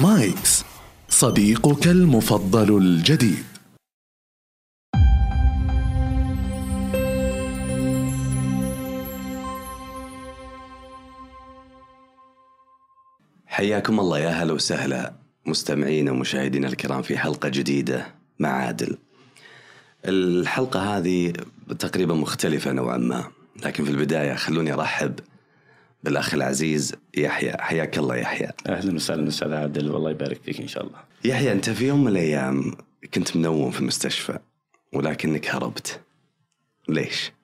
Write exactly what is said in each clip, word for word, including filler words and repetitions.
مايكس صديقك المفضل الجديد. حياكم الله، يا هلا وسهلا مستمعينا ومشاهدينا الكرام في حلقة جديدة مع عادل. الحلقة هذه تقريبا مختلفة نوعا ما، لكن في البداية خلوني أرحب بالأخ العزيز يحيى. حياك الله يحيى. أهلا وسهلا أستاذ عادل، والله يبارك فيك إن شاء الله. يحيى، أنت في يوم من الأيام كنت منوم في المستشفى ولكنك هربت، ليش؟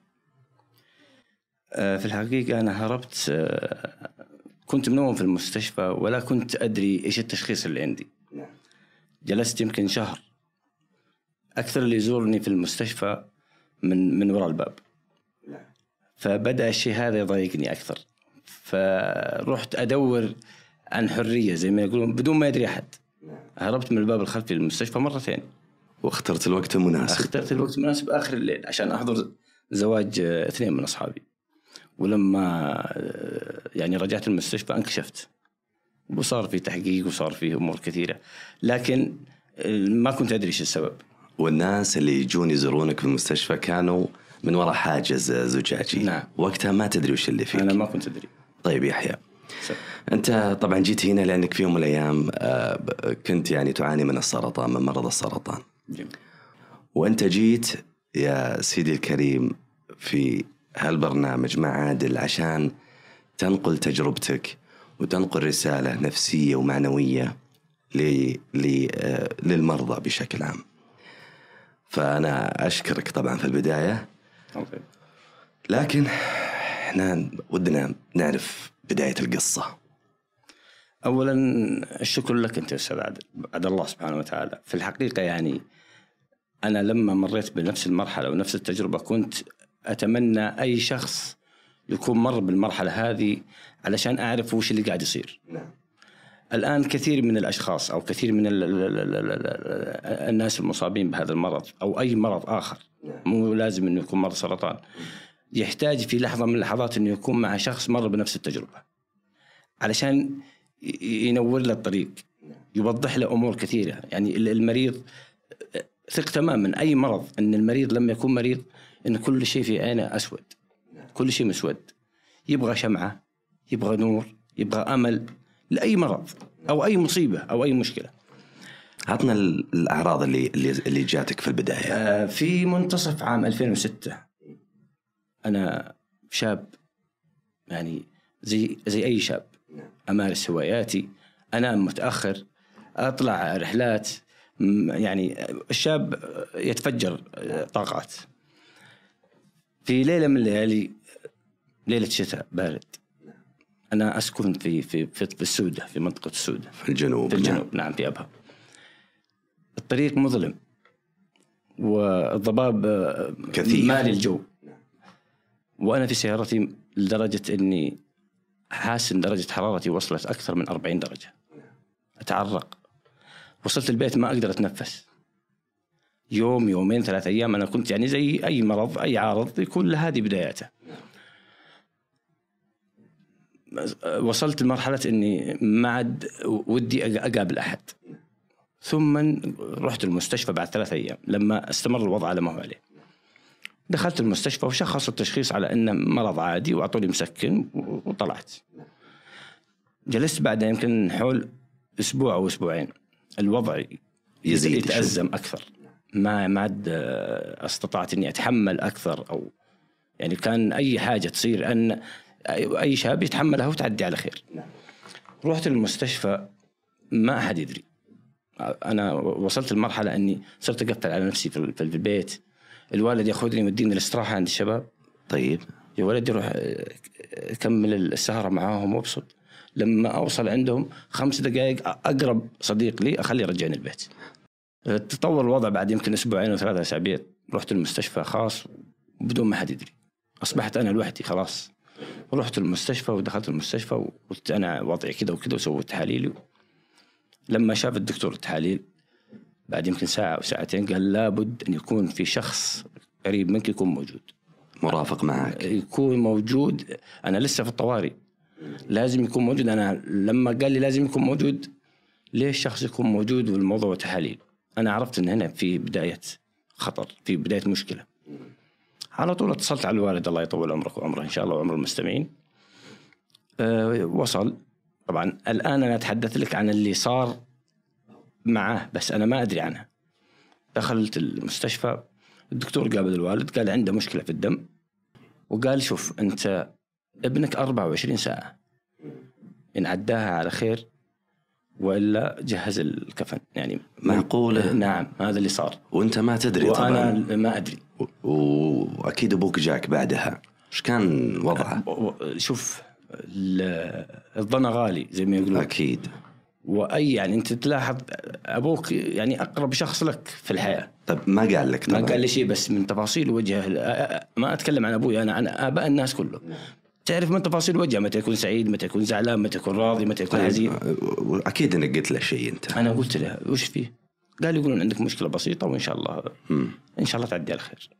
في الحقيقة أنا هربت، كنت منوم في المستشفى ولا كنت أدري إيش التشخيص اللي عندي. جلست يمكن شهر، أكثر اللي يزورني في المستشفى من من وراء الباب، فبدأ الشيء هذا يضايقني أكثر، فرحت أدور عن حرية زي ما يقولون بدون ما يدري أحد. هربت من الباب الخلفي للمستشفى مرتين، واخترت الوقت المناسب. اخترت الوقت المناسب آخر الليل عشان أحضر زواج اثنين من أصحابي. ولما يعني رجعت المستشفى انكشفت وصار في تحقيق وصار في أمور كثيرة، لكن ما كنت أدري إيش السبب. والناس اللي يجون يزورونك في المستشفى كانوا من وراء حاجز زجاجي. نعم. وقتها ما تدري وش اللي فيك. أنا ما كنت أدري. طيب يحيى، أنت طبعا جيت هنا لأنك في يوم من الأيام كنت يعني تعاني من السرطان، من مرض السرطان. جميل. وأنت جيت يا سيدي الكريم في هالبرنامج مع عادل عشان تنقل تجربتك وتنقل رسالة نفسية ومعنوية للمرضى بشكل عام. فأنا أشكرك طبعا في البداية. أوكي. لكن احنا ودنا نعرف بداية القصة. أولا الشكر لك أنت يا أستاذ عادل، بعد الله سبحانه وتعالى. في الحقيقة يعني أنا لما مريت بنفس المرحلة ونفس التجربة كنت أتمنى أي شخص يكون مر بالمرحلة هذه علشان أعرف وش اللي قاعد يصير. نعم. الآن كثير من الأشخاص أو كثير من الناس المصابين بهذا المرض أو أي مرض آخر، مو لازم أنه يكون مرض سرطان، يحتاج في لحظة من اللحظات أنه يكون مع شخص مر بنفس التجربة علشان ينور له الطريق، يوضح له أمور كثيرة. يعني المريض ثق تماما أي مرض أن المريض لما يكون مريض أن كل شيء في عينه أسود، كل شيء مسود، يبغى شمعة، يبغى نور، يبغى أمل لأي مرض أو أي مصيبة أو أي مشكلة. عطنا الأعراض اللي اللي اللي جاتك في البداية. آه في منتصف عام ألفين وستة أنا شاب، يعني زي زي أي شاب، أمارس هواياتي، أنام متأخر، أطلع رحلات، يعني الشاب يتفجر طاقات. في ليلة من الليالي، ليلة شتاء بارد، أنا أسكن في في في السودة، في منطقة السودة في الجنوب. في الجنوب. نعم. في أبها. الطريق مظلم والضباب كثير مالي الجو، وأنا في سيارتي لدرجة أني حاسس إن درجة حرارتي وصلت أكثر من أربعين درجة، أتعرق. وصلت البيت ما أقدر أتنفس. يوم يومين ثلاثة أيام أنا كنت يعني زي أي مرض، أي عارض يكون له هذه بداياته. وصلت لمرحلة أني ما عاد ودي أقابل أحد. ثم رحت المستشفى بعد ثلاثة أيام لما استمر الوضع على ما هو عليه. دخلت المستشفى وشخصوا التشخيص على أنه مرض عادي وأعطوني مسكن وطلعت. جلست بعد يمكن حول أسبوع أو أسبوعين، الوضع يزيد يتأزم أكثر، ما ما عاد استطعت إني أتحمل أكثر، أو يعني كان أي حاجة تصير أن أي شاب يتحملها وتعدي على خير. رحت المستشفى ما أحد يدري. أنا وصلت لمرحلة أني صرت أقفل على نفسي في البيت. الوالد يأخذني يوديني الاستراحة عند الشباب. طيب يا ولدي روح أكمل السهرة معاهم وابسط. لما أوصل عندهم خمس دقائق أقرب صديق لي أخليه يرجعني البيت. تطور الوضع بعد يمكن أسبوعين أو ثلاثة أسابيع. رحت المستشفى خاص بدون ما حد يدري، أصبحت أنا لوحدي خلاص. ورحت المستشفى ودخلت المستشفى وقلت أنا وضعي كده وكده وسويت تحاليلي. لما شاف الدكتور التحاليل بعد يمكن ساعة أو ساعتين قال لابد أن يكون في شخص قريب منك يكون موجود، مرافق معك، يكون موجود. أنا لسه في الطوارئ، لازم يكون موجود. أنا لما قال لي لازم يكون موجود ليش الشخص يكون موجود والموضوع تحاليل؟ أنا عرفت إن هنا في بداية خطر، في بداية مشكلة. على طول اتصلت على الوالد الله يطول عمرك وعمره إن شاء الله وعمر المستمعين. أه وصل. طبعا الآن أنا أتحدث لك عن اللي صار معه، بس أنا ما أدري عنها. دخلت المستشفى، الدكتور قابل الوالد، قال عنده مشكلة في الدم، وقال شوف أنت ابنك أربعة وعشرين ساعة، إن عداها على خير وإلا جهز الكفن. يعني معقولة؟ نعم، هذا اللي صار وأنت ما تدري طبعا. وأنا ما أدري. وأكيد أبوك جاك بعدها، إيش كان وضعه؟ شوف الظن غالي زي ما يقولون. أكيد. وأي يعني أنت تلاحظ أبوك يعني أقرب شخص لك في الحياة. طب ما قال لك طبعا؟ ما قال لي شيء، بس من تفاصيل وجهه، ما أتكلم عن أبوي، أنا عن آباء الناس كله. تعرف من تفاصيل وجهه، متى يكون سعيد، متى يكون زعلان، متى يكون راضي، متى يكون حزين. أكيد أنك قلت له شيء أنت. أنا قلت له وش فيه؟ قال يقولون عندك مشكلة بسيطة وإن شاء الله م. إن شاء الله تعدي على خير.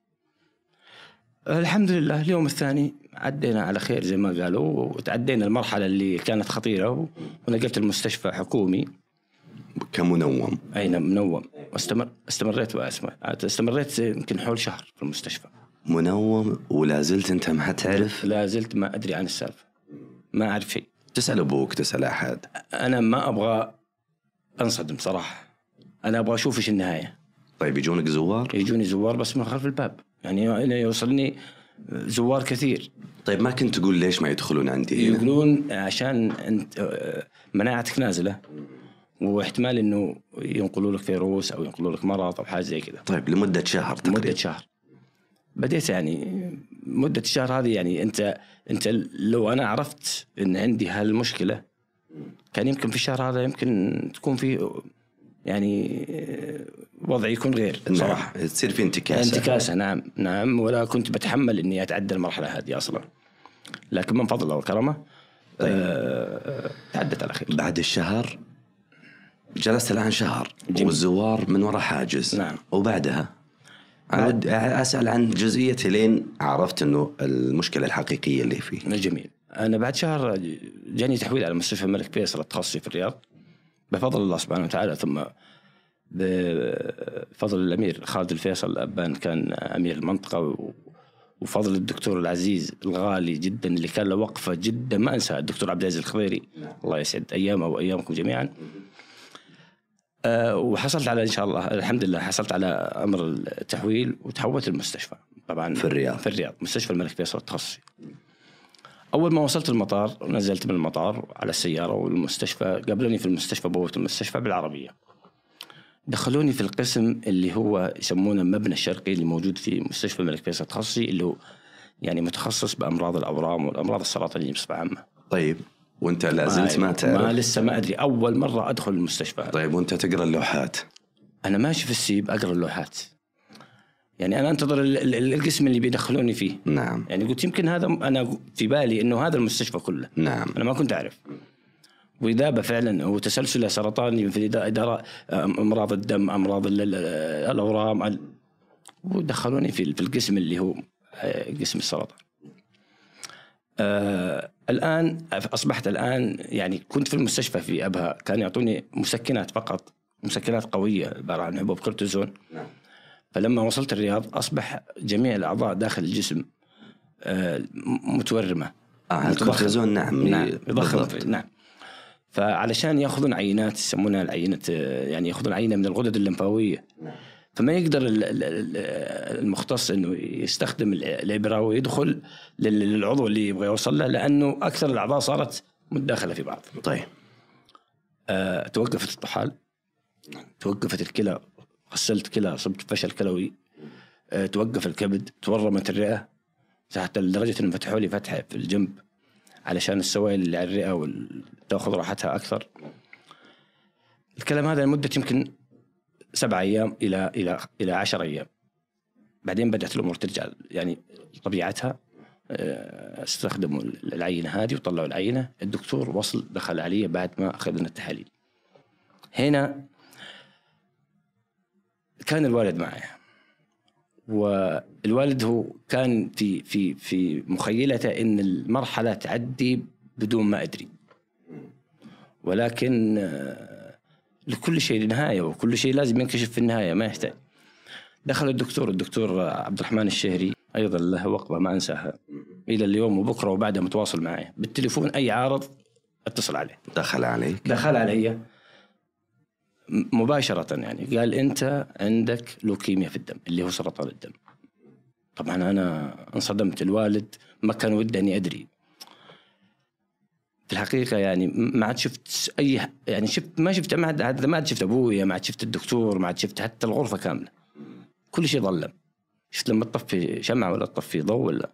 الحمد لله اليوم الثاني عدينا على خير زي ما قالوا، وتعدينا المرحلة اللي كانت خطيرة، ونقلت المستشفى حكومي كمنوم. أين منوم. واستمر استمريت واسمع استمريت يمكن حول شهر في المستشفى منوم. ولا زلت أنت ما تعرف؟ لا زلت ما أدري عن السالفة، ما أعرف شيء. تسأل أبوك، تسأل أحد؟ أنا ما أبغى أنصدم صراحة، أنا أبغى أشوف إيش النهاية. طيب يجونك زوار؟ يجوني زوار بس من خلف الباب، يعني أنا يوصلني زوار كثير. طيب ما كنت تقول ليش ما يدخلون عندي هنا؟ يقولون عشان أنت مناعتك نازلة، واحتمال إنه ينقلوا لك فيروس أو ينقلوا لك مرض أو حاجة زي كذا. طيب لمدة شهر تقريبا؟ مدة شهر. بديت يعني مدة الشهر هذه، يعني أنت أنت لو أنا عرفت إن عندي هالمشكلة كان يمكن في الشهر هذا يمكن تكون في يعني وضع يكون غير صراحة. نعم. تصير في انتكاسة. انتكاسة نعم نعم. ولا كنت بتحمل إني أتعدى المرحلة هذه أصلا، لكن من فضل الله وكرمه طيب. أه تعدت على خير. بعد الشهر جلست الآن شهر جميل. والزوار من وراء حاجز. نعم. وبعدها أنا بعد... أسأل عن جزئية لين عرفت إنه المشكلة الحقيقية اللي فيه. جميل. أنا بعد شهر جاني تحويل على مستشفى الملك فيصل التخصصي في الرياض بفضل الله سبحانه وتعالى، ثم بفضل الأمير خالد الفيصل الأبان كان أمير المنطقة، وفضل الدكتور العزيز الغالي جدا اللي كان له وقفة جدا ما أنسى، الدكتور عبد العزيز الخضيري الله يسعد أيامه وأيامكم جميعا. أه وحصلت على إن شاء الله الحمد لله حصلت على أمر التحويل وتحولت المستشفى طبعا في الرياض. في الرياض مستشفى الملك فيصل التخصصي. أول ما وصلت المطار نزلت من المطار على السيارة والمستشفى، قابلوني في المستشفى بوابة المستشفى بالعربية، دخلوني في القسم اللي هو يسمونه مبنى الشرقي اللي موجود في مستشفى الملك فيصل التخصصي، اللي هو يعني متخصص بأمراض الأورام والأمراض السرطانية بصفة عامة. طيب وانت لازلت ما تعرف؟ ما لسه ما أدري، أول مرة أدخل المستشفى. طيب وانت تقرأ اللوحات؟ أنا ماشي في السيب أقرأ اللوحات، يعني أنا أنتظر القسم اللي بيدخلوني فيه. نعم. يعني قلت يمكن هذا، أنا في بالي إنه هذا المستشفى كله. نعم. أنا ما كنت أعرف. وإذا فعلا هو تسلسل سرطاني في إدارة أمراض الدم، أمراض الأورام، ودخلوني في في القسم اللي هو قسم السرطان. آه الآن أصبحت الآن يعني كنت في المستشفى في أبها كانوا يعطوني مسكنات فقط، مسكنات قوية عبارة عن حبوب كورتيزون. نعم. فلما وصلت الرياض أصبح جميع الأعضاء داخل الجسم آه متورمة. آه الكورتيزون نعم. نعم يضخم. نعم. فعلشان يأخذون عينات يسمونها العينة، يعني يأخذون عينة من الغدد الليمفاوية. نعم. فما يقدر المختص إنه يستخدم الإبرة ويدخل للعضو اللي يبغى يوصل له، لأنه أكثر الأعضاء صارت متداخلة في بعض. طيب. آه، توقفت الطحال، توقفت الكلى، غسلت كلى، صبت فشل كلوي، آه، توقف الكبد، تورمت الرئة حتى لدرجة إنه فتحوا لي فتحة في الجنب علشان السوائل اللي على الرئة وتأخذ راحتها أكثر. الكلام هذا لمدة يمكن سبعة أيام إلى إلى إلى عشر أيام. بعدين بدأت الأمور ترجع يعني طبيعتها. استخدموا العينة هذه وطلعوا العينة. الدكتور وصل دخل علي بعد ما أخذنا التحاليل. هنا كان الوالد معي، والوالد هو كان في في في مخيلته إن المرحلة تعدي بدون ما أدري، ولكن لكل شيء نهاية، وكل شيء لازم ينكشف في النهاية، ما يحتاج. دخل الدكتور الدكتور عبد الرحمن الشهري، أيضا له وقفة ما أنساها إلى اليوم، وبكرة وبعده متواصل معي بالتليفون، أي عارض اتصل عليه. دخل عليك؟ دخل علي مباشرة، يعني قال أنت عندك لوكيميا في الدم اللي هو سرطان الدم. طبعا أنا انصدمت، الوالد ما كان ودي أني أدري في الحقيقة، يعني ما عاد شفت أي، يعني شفت ما شفت ما عاد ما عاد شفت أبويا، ما عاد شفت الدكتور، ما عاد شفت حتى الغرفة كاملة، كل شيء ظلم. شفت لما تطفي شمعة ولا تطفي ضوء ولا.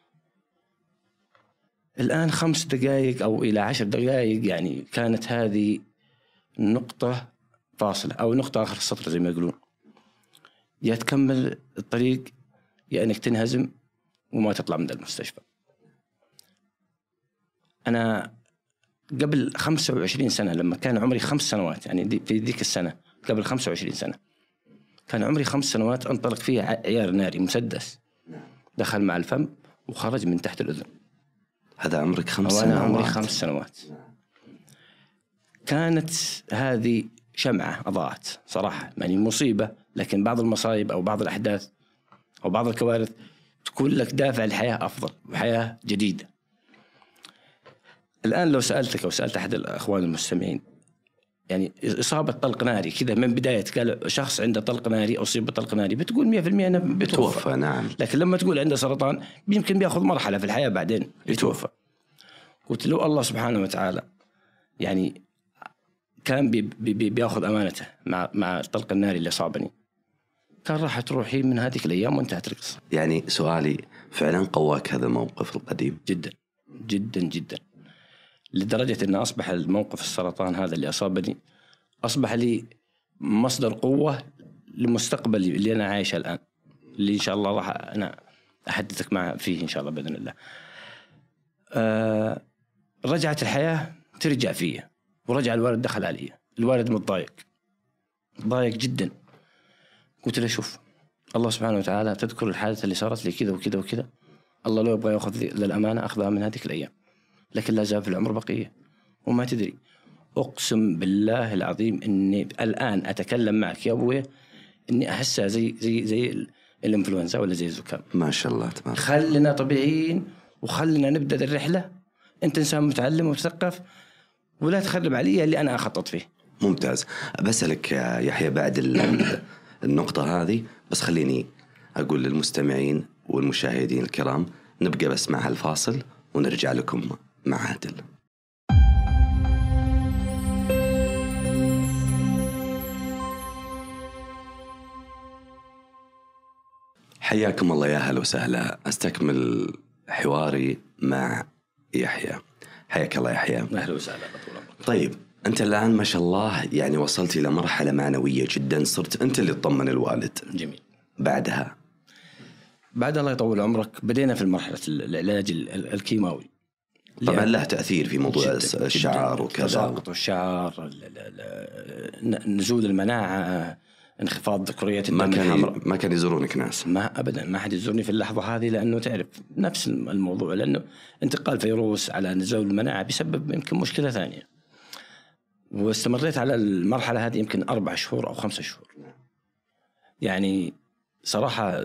الآن خمس دقائق أو إلى عشر دقائق، يعني كانت هذه نقطة فاصلة أو نقطة آخر السطر زي ما يقولون. يا تكمل الطريق يا أنك تنهزم وما تطلع من المستشفى. أنا قبل خمسة وعشرين سنة لما كان عمري خمس سنوات، يعني دي في ذيك السنة قبل خمسة وعشرين سنة كان عمري خمس سنوات، انطلق فيها عيار ناري مسدس دخل مع الفم وخرج من تحت الأذن. هذا عمرك خمس سنوات؟ أنا عمري خمس سنوات. كانت هذه شمعة أضاءت صراحة، يعني مصيبة، لكن بعض المصايب أو بعض الأحداث أو بعض الكوارث تكون لك دافع الحياة أفضل وحياة جديدة. الآن لو سألتك أو سألت أحد الأخوان المستمعين، يعني إصابة طلق ناري كذا من بداية، قال شخص عنده طلق ناري أو أصيب بطلق ناري، بتقول مية في المية أنا بيتوفى. نعم. لكن لما تقول عنده سرطان يمكن بيأخذ مرحلة في الحياة بعدين يتوفى. قلت له الله سبحانه وتعالى يعني كان بي بي بيأخذ أمانته مع مع الطلق الناري اللي صابني، كان راحت روحي من هذه الأيام وانتهت القصة. يعني سؤالي، فعلا قواك هذا الموقف القديم؟ جدا جدا جدا، لدرجة أن أصبح الموقف السرطان هذا اللي أصابني أصبح لي مصدر قوة لمستقبلي اللي أنا عايشه الآن، اللي إن شاء الله راح أنا أحدثك معه فيه إن شاء الله بإذن الله. آه رجعت الحياة ترجع فيه، ورجع الوالد دخل علي. الوالد متضايق ضايق جدا. قلت له شوف، الله سبحانه وتعالى تذكر الحادثة اللي صارت لي كذا وكذا وكذا، الله لو يبغى يأخذ للأمانة أخذها من هذه الأيام، لكن لا زال في العمر بقية وما تدري. أقسم بالله العظيم إني الآن أتكلم معك يا أبوي إني أحسها زي زي زي الإنفلونزا ولا زي الزكام. ما شاء الله تمام. خلنا طبيعيين وخلنا نبدأ الرحلة. أنت إنسان متعلم ومثقف، ولا تخرب علي اللي أنا أخطط فيه. ممتاز. بسألك يا يحيى بعد النقطة هذه، بس خليني أقول للمستمعين والمشاهدين الكرام نبقى بس مع هالفاصل ونرجع لكم مع عادل. حياكم الله، يا هلا وسهلا. أستكمل حواري مع يحيى. حياك الله يحيى. أهلا وسهلا. طيب أنت الآن ما شاء الله يعني وصلت إلى مرحلة معنوية جدا، صرت أنت اللي تطمن الوالد. جميل. بعدها بعد الله يطول عمرك بدينا في مرحلة العلاج الكيماوي. طبعا له تأثير في موضوع جداً الشعر جداً. وكذا، تساقط الشعر، نزول المناعة، انخفاض ذكورية الدم. ما كان ما كان يزورونك ناس؟ ما أبدا، ما حد يزورني في اللحظة هذه، لأنه تعرف نفس الموضوع، لأنه انتقال فيروس على نزول المناعة بيسبب يمكن مشكلة ثانية. واستمريت على المرحلة هذه يمكن أربع شهور أو خمسة شهور. يعني صراحة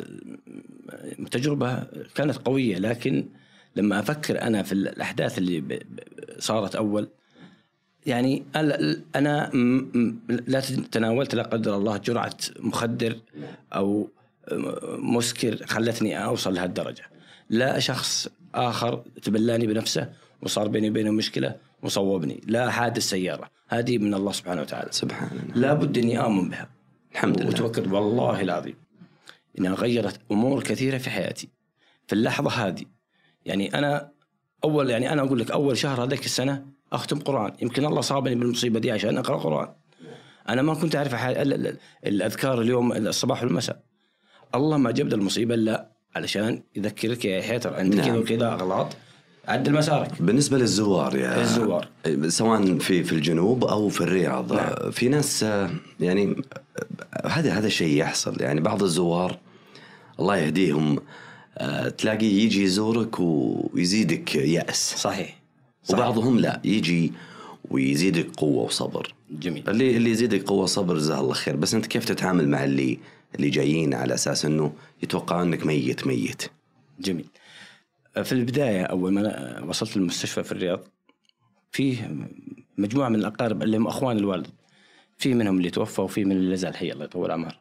تجربة كانت قوية، لكن لما أفكر أنا في الأحداث اللي صارت أول، يعني أنا لا تناولت لا قدر الله جرعة مخدر أو مسكر خلتني أوصل لهالدرجة، لا شخص آخر تبلاني بنفسه وصار بيني وبينه مشكلة وصوبني، لا حادث سيارة، هذه من الله سبحانه وتعالى. سبحان الله. لا بد أني آمن بها الحمد لله، وتوكل والله العظيم إنها غيرت أمور كثيرة في حياتي في اللحظة هذه. يعني أنا أول يعني أنا أقول لك أول شهر هذيك السنة أختم قرآن، يمكن الله صابني بالمصيبة دي عشان أقرأ قرآن. أنا ما كنت أعرف الأذكار اليوم الصباح والمساء. الله ما جبد المصيبة إلا علشان يذكرك يا يحيى ترى عندك كذا وكذا أغلاط، عدل مسارك. بالنسبة للزوار يا الزوار سواء في في الجنوب أو في الرياض، نعم. في ناس يعني هذا هذا شيء يحصل، يعني بعض الزوار الله يهديهم تلاقي يجي يزورك ويزيدك يأس. صحيح. صحيح. وبعضهم لا يجي ويزيدك قوة وصبر. جميل. اللي اللي يزيدك قوة وصبر جزاه الله خير. بس أنت كيف تتعامل مع اللي اللي جايين على أساس أنه يتوقعوا أنك ميت ميت؟ جميل. في البداية أول ما وصلت المستشفى في الرياض فيه مجموعة من الأقارب اللي هم أخوان الوالد، في منهم اللي توفى وفي من اللي زال حي الله يطول عمره.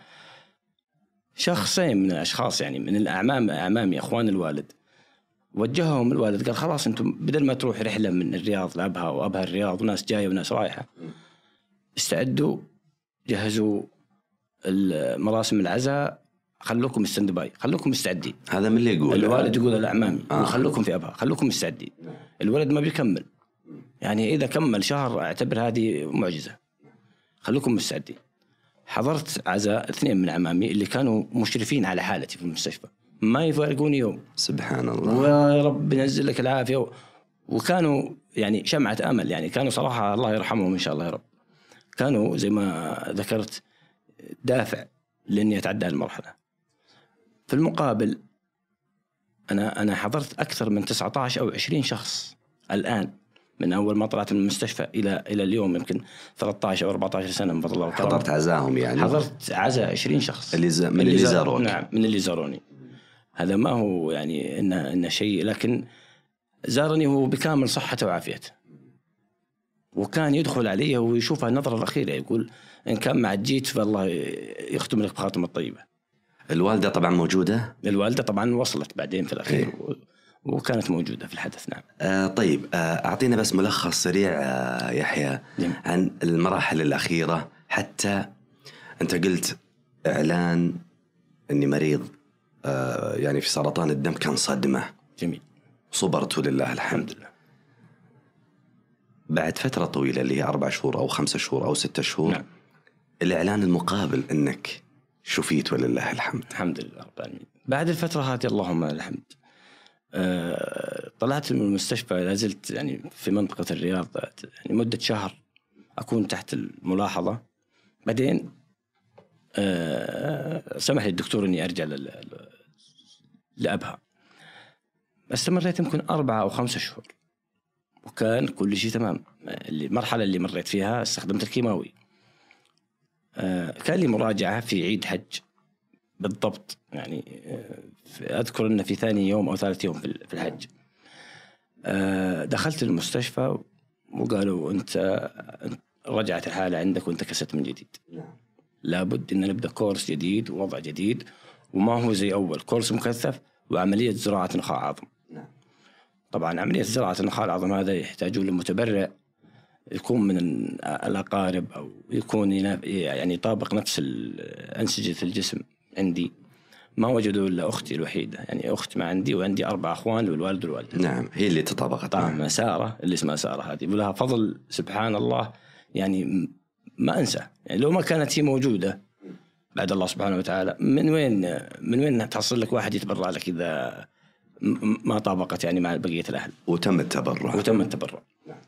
شخصين من الأشخاص يعني من الأعمام أعمامي أخوان الوالد وجههم الوالد قال خلاص أنتم بدل ما تروح رحلة من الرياض لأبها وأبها الرياض وناس جاية وناس رايحة، استعدوا جهزوا المراسم العزاء، خلوكم مستندباي، خلوكم مستعدين. هذا من اللي يقول الوالد يقول الأعمامي آه. خلوكم في أبها، خلوكم مستعدين. الولد ما بيكمل، يعني إذا كمل شهر أعتبر هذه معجزة، خلوكم مستعدين. حضرت عزاء اثنين من عمامي اللي كانوا مشرفين على حالتي في المستشفى، ما يفارقوني يوم. سبحان الله. ويا رب ينزل لك العافية و... وكانوا يعني شمعة أمل، يعني كانوا صراحة الله يرحمهم إن شاء الله يا رب، كانوا زي ما ذكرت دافع لأني أتعدى المرحلة. في المقابل أنا أنا حضرت أكثر من تسعة عشر أو عشرين شخص الآن من أول ما طلعت من المستشفى إلى إلى اليوم، يمكن ثلاثة عشر أو أربعة عشر سنة من فضل الله. حضرت عزاهم يعني؟ حضرت عزاء عشرين شخص اللي ز... من اللي زاروني. نعم من اللي زاروني. هذا ما هو يعني إنه إنه شيء، لكن زارني هو بكامل صحته وعافيته، وكان يدخل علي ويشوفها النظرة الأخيرة، يقول إن كان ما جيت فالله يختم لك بخاتمة الطيبة. الوالدة طبعا موجودة؟ الوالدة طبعا وصلت بعدين في الأخير. إيه؟ وكانت موجودة في الحدث. نعم. آه طيب آه أعطينا بس ملخص سريع آه يحيى عن المراحل الأخيرة. حتى أنت قلت إعلان أني مريض آه يعني في سرطان الدم كان صدمة. جميل. صبرت ولله الحمد لله. بعد فترة طويلة اللي هي أربع شهور أو خمسة شهور أو ستة شهور. نعم. الإعلان المقابل أنك شفيت ولله الحمد. الحمد لله رب العالمين. بعد الفترة هذه اللهم الحمد أه طلعت من المستشفى، لازلت يعني في منطقة الرياض يعني مدة شهر أكون تحت الملاحظة. بعدين أه سمح لي الدكتور أني أرجع لأبها. استمريت يمكن أربعة أو خمسة شهور وكان كل شيء تمام. المرحلة اللي مريت فيها استخدمت الكيماوي. أه كان لي مراجعة في عيد حج بالضبط، يعني أذكر أن في ثاني يوم أو ثالث يوم في الحج دخلت المستشفى وقالوا أنت رجعت الحالة عندك وأنت كست من جديد، لابد أن نبدأ كورس جديد ووضع جديد، وما هو زي أول كورس مكثف وعملية زراعة نخاع عظم. طبعا عملية زراعة نخاع العظم هذا يحتاجون لمتبرع يكون من الأقارب أو يكون يعني يطابق نفس أنسجة الجسم. عندي ما وجدوا إلا أختي الوحيدة، يعني أخت ما عندي، وعندي أربع أخوان والوالد والوالدة. نعم هي اللي تطابقت. طبعا سارة اللي اسمها سارة هذه ولها فضل سبحان الله، يعني ما أنسى. يعني لو ما كانت هي موجودة بعد الله سبحانه وتعالى، من وين من وين تحصل لك واحد يتبرع لك إذا ما طابقت يعني مع بقية الأهل. وتم التبرع. وتم التبرع.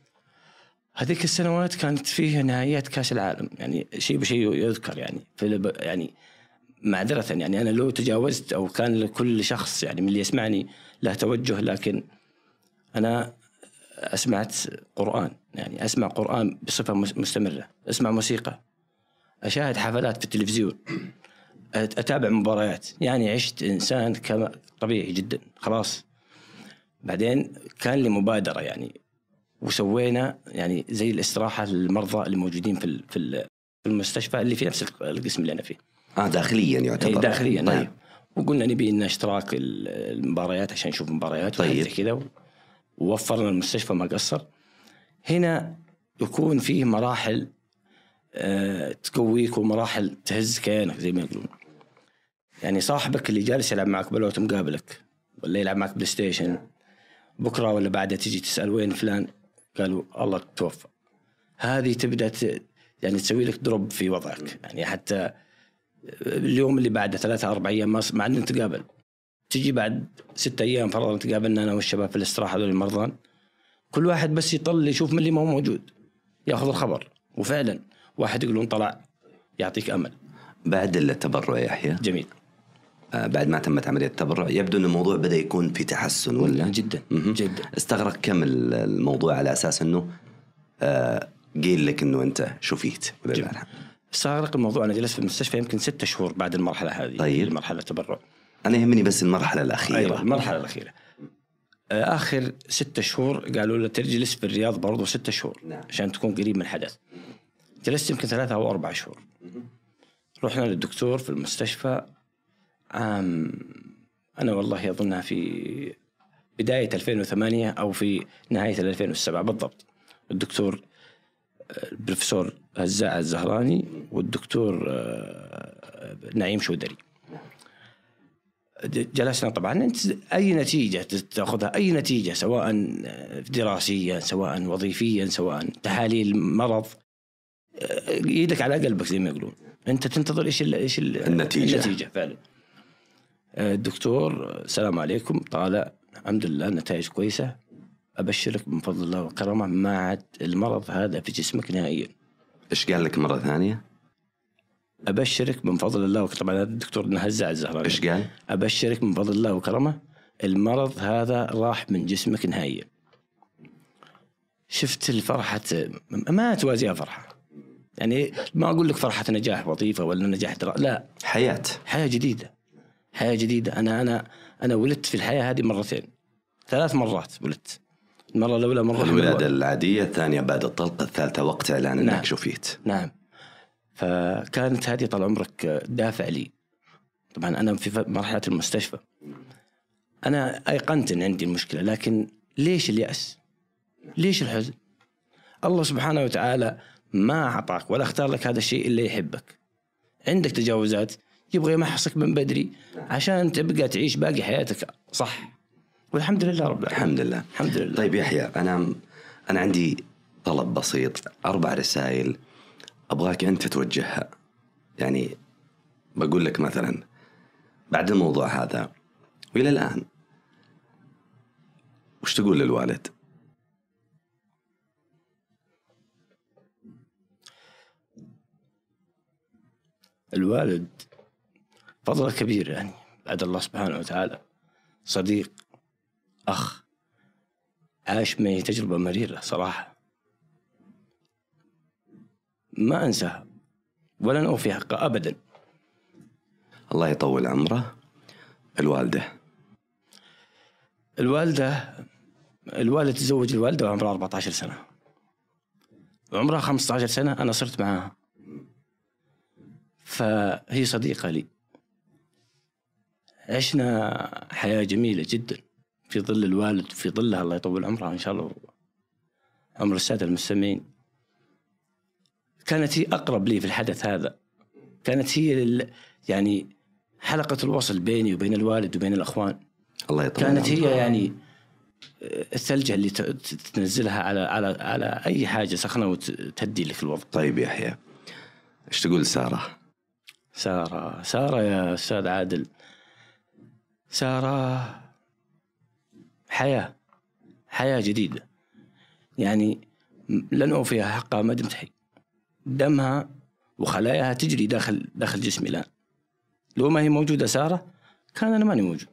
هذيك السنوات كانت فيه نهائيات كأس العالم، يعني شيء بشيء يذكر، يعني في يعني معذرة يعني أنا لو تجاوزت أو كان لكل شخص يعني من اللي يسمعني له توجه، لكن أنا أسمعت قرآن، يعني أسمع قرآن بصفة مستمرة، أسمع موسيقى، أشاهد حفلات في التلفزيون، أتابع مباريات، يعني عشت إنسان كما طبيعي جدا خلاص. بعدين كان لي مبادرة يعني وسوينا يعني زي الاستراحة للمرضى اللي موجودين في في المستشفى اللي في نفس القسم اللي أنا فيه. آه داخليا يعتبر. داخليا. طيب. نعم. وقلنا نبي لنا اشتراك المباريات عشان نشوف مباريات. طيب. كذا ووفرنا المستشفى ما قصر. هنا يكون فيه مراحل أه تقويك ومراحل تهز كيانك زي ما يقولون. يعني صاحبك اللي جالس يلعب معك بلوت مقابلك ولا يلعب معك بلاي ستيشن، بكرة ولا بعدها تيجي تسأل وين فلان، قالوا الله توفى. هذه تبدأ ت... يعني تسوي لك دروب في وضعك. يعني حتى اليوم اللي بعده ثلاثة أربع أيام ما ما عندنا نتقابل، تجي بعد ستة أيام فرضا تقابلنا أنا والشباب في الاستراحة هذول المرضان، كل واحد بس يطل يشوف من اللي ما هو موجود يأخذ الخبر، وفعلا واحد يقولون طلع يعطيك أمل. بعد التبرع يحيى. جميل. آه بعد ما تمت عملية التبرع يبدو أن الموضوع بدأ يكون في تحسن ولا؟ جدا م-م. جدا. استغرق كم الموضوع على أساس أنه آه قيل لك أنه أنت شفيت ولا لا؟ استغرق الموضوع. أنا جلست في المستشفى يمكن ستة شهور بعد المرحلة هذه. طيب. المرحلة التبرع. أنا يهمني بس المرحلة الأخيرة. أيوة المرحلة الأخيرة. آخر ستة شهور قالوا له تجلس في الرياض برضو ستة شهور. نعم. عشان تكون قريب من الحدث. جلست يمكن ثلاثة أو أربع شهور. رحنا للدكتور في المستشفى. عام أنا والله أظنها في بداية ألفين وثمانية أو في نهاية ألفين وسبعة بالضبط. الدكتور البروفيسور هزاع الزهراني والدكتور نعيم شودري. جلسنا طبعا. أنت أي نتيجة تأخذها، أي نتيجة سواء دراسيا سواء وظيفيا سواء تحاليل مرض، يدك على قلبك زي ما يقولون. أنت تنتظر إيش إيش النتيجة. النتيجة فعلا. الدكتور السلام عليكم، طالع الحمد لله النتائج كويسة، أبشرك من فضل الله وكرمه ما عاد المرض هذا في جسمك نهائيا. إيش قال لك مرة ثانية؟ أبشرك من فضل الله وكرمه. طبعا هذا الدكتور نهزع الزهراني. إيش قال؟ أبشرك من فضل الله وكرمه المرض هذا راح من جسمك نهائيا. شفت الفرحة ما توازيها فرحة. يعني ما أقول لك فرحة نجاح وظيفة ولا نجاح درا... لا، حياة حياة جديدة. حياة جديدة. أنا أنا أنا ولدت في الحياة هذه مرتين ثلاث مرات ولدت. المرة الأولى مرة الولادة العادية، الثانية بعد الطلقة، الثالثة وقت إعلان نعم. أنك شفيت. نعم. فكانت هذه طال عمرك دافع لي. طبعا أنا في مرحلة المستشفى أنا أيقنت أن عندي المشكلة، لكن ليش اليأس؟ ليش الحزن؟ الله سبحانه وتعالى ما أعطاك ولا اختار لك هذا الشيء إلا يحبك. عندك تجاوزات يبغى يمحصك من بدري عشان تبقى تعيش باقي حياتك صح. والحمد لله رب العالمين. الحمد لله. الحمد لله. طيب يحيى، أنا أنا عندي طلب بسيط، أربع رسائل أبغاك أنت توجهها. يعني بقول لك مثلا بعد الموضوع هذا وإلى الآن وش تقول للوالد؟ الوالد فضله كبير يعني بعد الله سبحانه وتعالى. صديق، أخ، عاش معي تجربة مريرة صراحة ما أنساها ولا أوفي حقه أبدا. الله يطول عمره. الوالدة الوالدة الوالد تزوج الوالدة وعمرها أربعة عشر سنة، وعمرها خمسة عشر سنة أنا صرت معها، فهي صديقة لي. عشنا حياة جميلة جدا في ظل الوالد وفي ظلها الله يطول عمرها إن شاء الله عمر السادة المستمعين. كانت هي أقرب لي في الحدث هذا، كانت هي يعني حلقة الوصل بيني وبين الوالد وبين الأخوان. الله يطول كانت عمرها. هي يعني الثلجة اللي تنزلها على على على أي حاجة سخنة وتهدي لك الوضع. طيب يحيى، إيش تقول سارة؟ سارة سارة يا أستاذ عادل، سارة حياة حياة جديدة. يعني لن أوفيها حقها ما دمت حي. دمها وخلاياها تجري داخل داخل جسمي الآن. لو ما هي موجودة سارة كان أنا ماني موجود.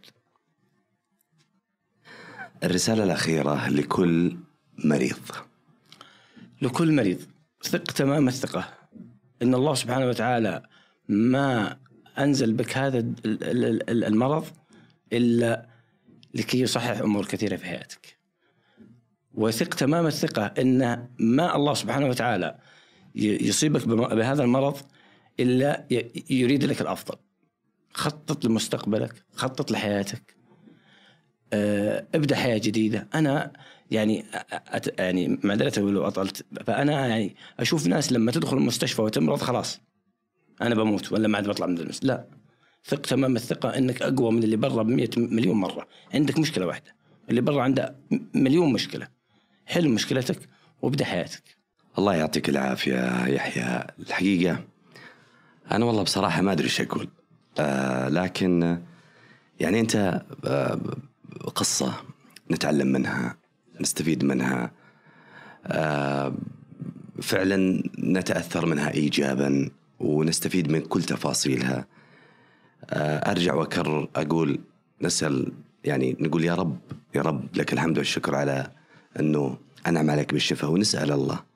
الرسالة الأخيرة لكل مريض. لكل مريض ثق تمام الثقة إن الله سبحانه وتعالى ما أنزل بك هذا المرض إلا لكي يصحح أمور كثيرة في حياتك. وثق تمام الثقة إن ما الله سبحانه وتعالى يصيبك بهذا المرض إلا يريد لك الأفضل. خطط لمستقبلك، خطط لحياتك، ابدأ حياة جديدة. أنا يعني أت يعني معذرة لو أطلت، فأنا يعني أشوف ناس لما تدخل المستشفى وتمرض خلاص أنا بموت ولا ما عاد بطلع من المستشفى. لا، ثق تمام الثقة إنك أقوى من اللي برا بمية مليون مرة. عندك مشكلة واحدة، اللي برا عنده مليون مشكلة. حل مشكلتك وابدأ حياتك. الله يعطيك العافية يحيى. الحقيقة أنا والله بصراحة ما أدري إيش أقول، آه لكن يعني أنت آه قصة نتعلم منها، نستفيد منها، آه فعلا نتأثر منها إيجابا ونستفيد من كل تفاصيلها. آه أرجع وأكرر أقول نسأل يعني نقول يا رب يا رب لك الحمد والشكر على أنه أنعم عليك بالشفاء، ونسأل الله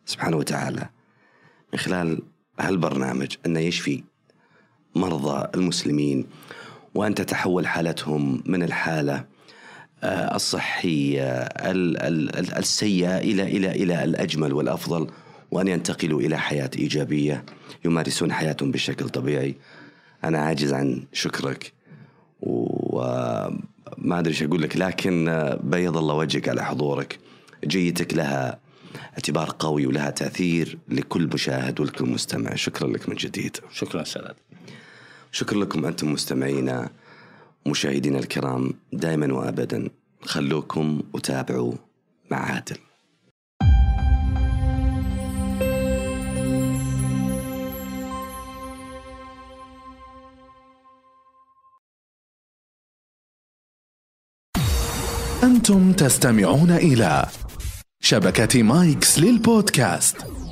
سبحانه وتعالى من خلال هالبرنامج أنه يشفي مرضى المسلمين، وأن تتحول حالتهم من الحالة الصحية السيئة إلى إلى إلى الأجمل والأفضل، وأن ينتقلوا إلى حياة إيجابية يمارسون حياتهم بشكل طبيعي. أنا عاجز عن شكرك وما أدري إيش أقول لك، لكن بيض الله وجهك على حضورك. جيتك لها اعتبار قوي ولها تأثير لكل مشاهد ولكل مستمع. شكرا لك من جديد. شكرا سعد. شكرا لكم أنتم مستمعينا مشاهدينا الكرام، دائما وأبدا خلوكم وتابعوا مع عادل. أنتم تستمعون إلى شبكة مايكس للبودكاست.